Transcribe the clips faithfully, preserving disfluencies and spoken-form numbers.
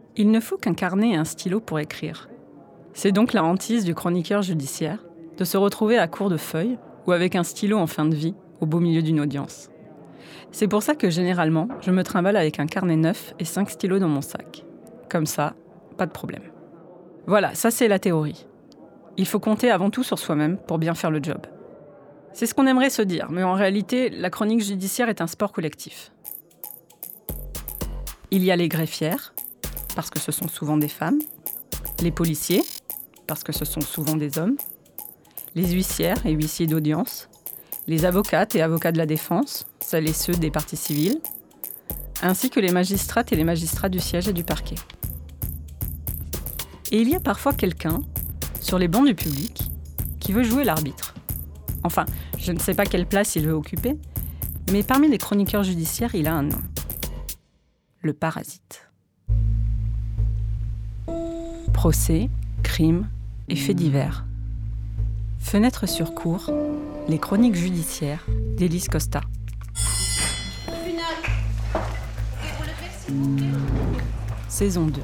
Il ne faut qu'un carnet et un stylo pour écrire. C'est donc la hantise du chroniqueur judiciaire de se retrouver à court de feuilles ou avec un stylo en fin de vie au beau milieu d'une audience. C'est pour ça que généralement, je me trimballe avec un carnet neuf et cinq stylos dans mon sac. Comme ça, pas de problème. Voilà, ça c'est la théorie. Il faut compter avant tout sur soi-même pour bien faire le job. C'est ce qu'on aimerait se dire, mais en réalité, la chronique judiciaire est un sport collectif. Il y a les greffières, parce que ce sont souvent des femmes, les policiers, parce que ce sont souvent des hommes, les huissières et huissiers d'audience, les avocates et avocats de la défense, celles et ceux des parties civiles, ainsi que les magistrates et les magistrats du siège et du parquet. Et il y a parfois quelqu'un, sur les bancs du public, qui veut jouer l'arbitre. Enfin, je ne sais pas quelle place il veut occuper, mais parmi les chroniqueurs judiciaires, il a un nom. Le parasite. Procès, crimes et faits divers. Fenêtre sur cour, les chroniques judiciaires d'Élise Costa. Saison deux.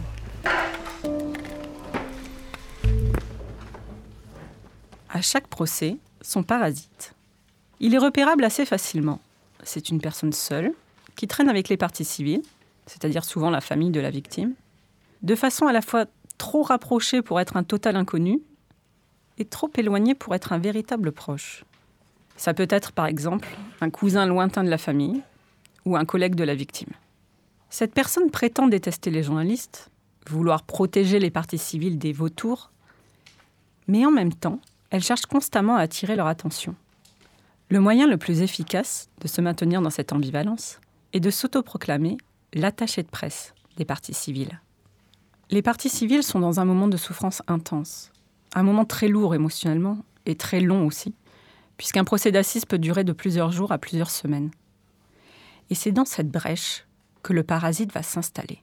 À chaque procès, son parasite. Il est repérable assez facilement. C'est une personne seule, qui traîne avec les parties civiles, c'est-à-dire souvent la famille de la victime, de façon à la fois trop rapprochée pour être un total inconnu et trop éloignée pour être un véritable proche. Ça peut être, par exemple, un cousin lointain de la famille ou un collègue de la victime. Cette personne prétend détester les journalistes, vouloir protéger les parties civiles des vautours, mais en même temps, elle cherche constamment à attirer leur attention. Le moyen le plus efficace de se maintenir dans cette ambivalence est de s'autoproclamer l'attaché de presse des parties civiles. Les parties civiles sont dans un moment de souffrance intense, un moment très lourd émotionnellement et très long aussi, puisqu'un procès d'assises peut durer de plusieurs jours à plusieurs semaines. Et c'est dans cette brèche que le parasite va s'installer.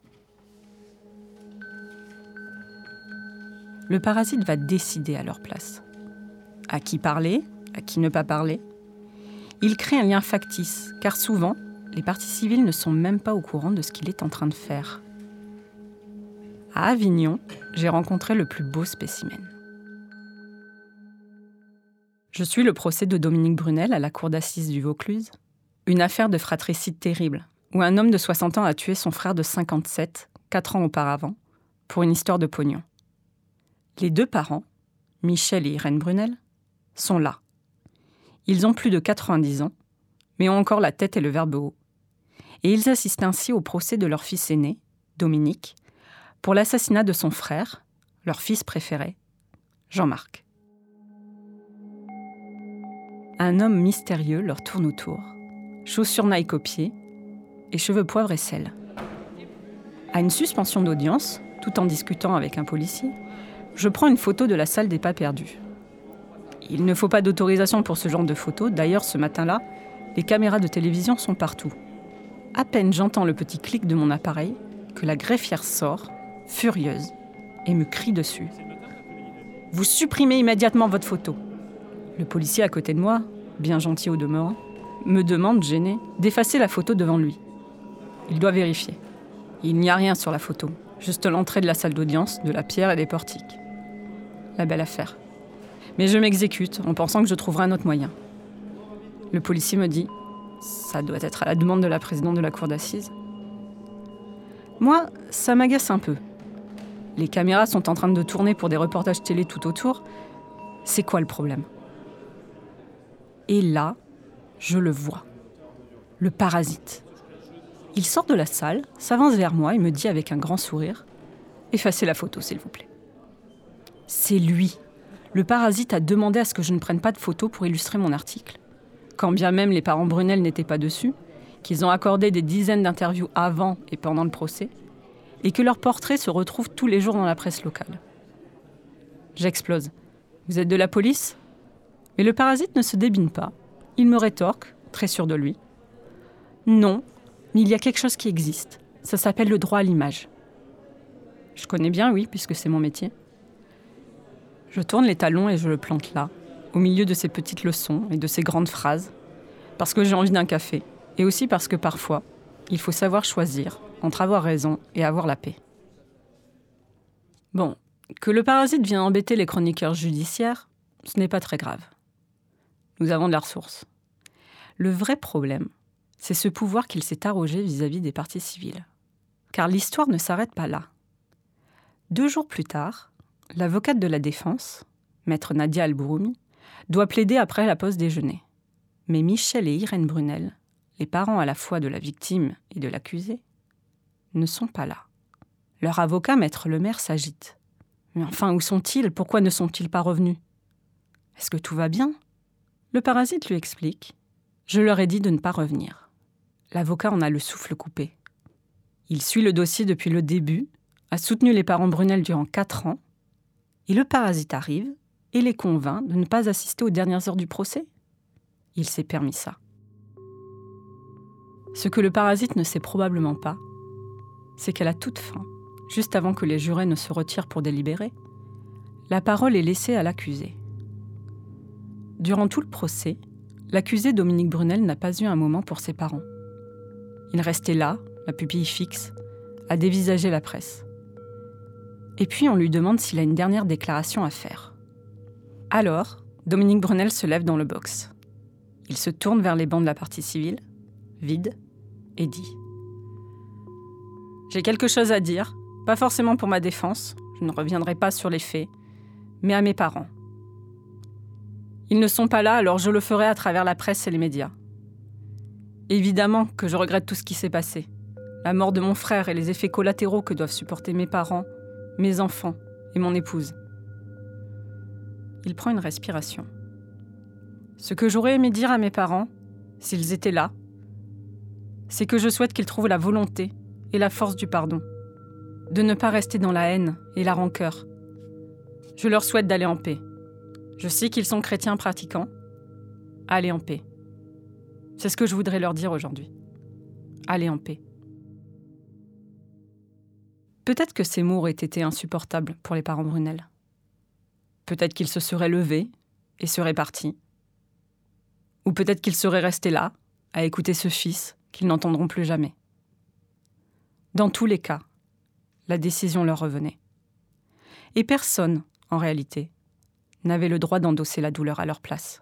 Le parasite va décider à leur place. À qui parler, à qui ne pas parler. Il crée un lien factice, car souvent, les parties civiles ne sont même pas au courant de ce qu'il est en train de faire. À Avignon, j'ai rencontré le plus beau spécimen. Je suis le procès de Dominique Brunel à la cour d'assises du Vaucluse. Une affaire de fratricide terrible, où un homme de soixante ans a tué son frère de cinquante-sept, quatre ans auparavant, pour une histoire de pognon. Les deux parents, Michel et Irène Brunel, sont là. Ils ont plus de quatre-vingt-dix ans, mais ont encore la tête et le verbe haut. Et ils assistent ainsi au procès de leur fils aîné, Dominique, pour l'assassinat de son frère, leur fils préféré, Jean-Marc. Un homme mystérieux leur tourne autour, chaussures Nike aux pieds et cheveux poivre et sel. À une suspension d'audience, tout en discutant avec un policier, je prends une photo de la salle des pas perdus. Il ne faut pas d'autorisation pour ce genre de photo. D'ailleurs, ce matin-là, les caméras de télévision sont partout. À peine j'entends le petit clic de mon appareil que la greffière sort, furieuse, et me crie dessus. « Vous supprimez immédiatement votre photo !» Le policier à côté de moi, bien gentil au demeurant, me demande, gêné, d'effacer la photo devant lui. Il doit vérifier. Il n'y a rien sur la photo, juste l'entrée de la salle d'audience, de la pierre et des portiques. La belle affaire. Mais je m'exécute en pensant que je trouverai un autre moyen. Le policier me dit « Ça doit être à la demande de la présidente de la cour d'assises. » Moi, ça m'agace un peu. Les caméras sont en train de tourner pour des reportages télé tout autour. C'est quoi le problème ? Et là, je le vois. Le parasite. Il sort de la salle, s'avance vers moi et me dit avec un grand sourire « Effacez la photo, s'il vous plaît. » C'est lui. Le parasite a demandé à ce que je ne prenne pas de photos pour illustrer mon article. Quand bien même les parents Brunel n'étaient pas dessus, qu'ils ont accordé des dizaines d'interviews avant et pendant le procès, et que leurs portraits se retrouvent tous les jours dans la presse locale. J'explose. « Vous êtes de la police ?» Mais le parasite ne se débine pas. Il me rétorque, très sûr de lui. « Non, mais il y a quelque chose qui existe. Ça s'appelle le droit à l'image. » Je connais bien, oui, puisque c'est mon métier. Je tourne les talons et je le plante là, au milieu de ces petites leçons et de ces grandes phrases, parce que j'ai envie d'un café, et aussi parce que parfois, il faut savoir choisir entre avoir raison et avoir la paix. Bon, que le parasite vienne embêter les chroniqueurs judiciaires, ce n'est pas très grave. Nous avons de la ressource. Le vrai problème, c'est ce pouvoir qu'il s'est arrogé vis-à-vis des parties civiles. Car l'histoire ne s'arrête pas là. Deux jours plus tard, l'avocate de la défense, maître Nadia Al-Bouroumi, doit plaider après la pause déjeuner. Mais Michel et Irène Brunel, les parents à la fois de la victime et de l'accusé, ne sont pas là. Leur avocat, maître Lemaire, s'agite. Mais enfin, où sont-ils ? Pourquoi ne sont-ils pas revenus ? Est-ce que tout va bien ? Le parasite lui explique. Je leur ai dit de ne pas revenir. L'avocat en a le souffle coupé. Il suit le dossier depuis le début, a soutenu les parents Brunel durant quatre ans, et le parasite arrive et les convainc de ne pas assister aux dernières heures du procès. Il s'est permis ça. Ce que le parasite ne sait probablement pas, c'est qu'à la toute fin, juste avant que les jurés ne se retirent pour délibérer, la parole est laissée à l'accusé. Durant tout le procès, l'accusé Dominique Brunel n'a pas eu un moment pour ses parents. Il restait là, la pupille fixe, à dévisager la presse. Et puis on lui demande s'il a une dernière déclaration à faire. Alors, Dominique Brunel se lève dans le box. Il se tourne vers les bancs de la partie civile, vide, et dit « J'ai quelque chose à dire, pas forcément pour ma défense, je ne reviendrai pas sur les faits, mais à mes parents. Ils ne sont pas là, alors je le ferai à travers la presse et les médias. Évidemment que je regrette tout ce qui s'est passé. La mort de mon frère et les effets collatéraux que doivent supporter mes parents, mes enfants et mon épouse. » Il prend une respiration. Ce que j'aurais aimé dire à mes parents, s'ils étaient là, c'est que je souhaite qu'ils trouvent la volonté et la force du pardon, de ne pas rester dans la haine et la rancœur. Je leur souhaite d'aller en paix. Je sais qu'ils sont chrétiens pratiquants. Allez en paix. C'est ce que je voudrais leur dire aujourd'hui. Allez en paix. Peut-être que ces mots auraient été insupportables pour les parents Brunel. Peut-être qu'ils se seraient levés et seraient partis. Ou peut-être qu'ils seraient restés là, à écouter ce fils qu'ils n'entendront plus jamais. Dans tous les cas, la décision leur revenait. Et personne, en réalité, n'avait le droit d'endosser la douleur à leur place.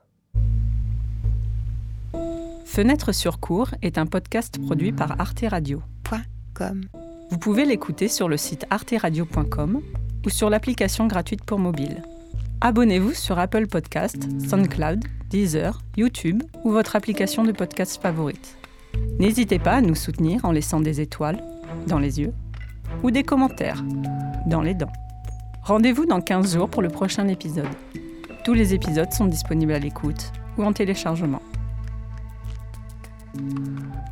Fenêtre sur cour est un podcast produit par Arte Radio. .com. Vous pouvez l'écouter sur le site arte radio point com ou sur l'application gratuite pour mobile. Abonnez-vous sur Apple Podcasts, SoundCloud, Deezer, YouTube ou votre application de podcast favorite. N'hésitez pas à nous soutenir en laissant des étoiles dans les yeux ou des commentaires dans les dents. Rendez-vous dans quinze jours pour le prochain épisode. Tous les épisodes sont disponibles à l'écoute ou en téléchargement.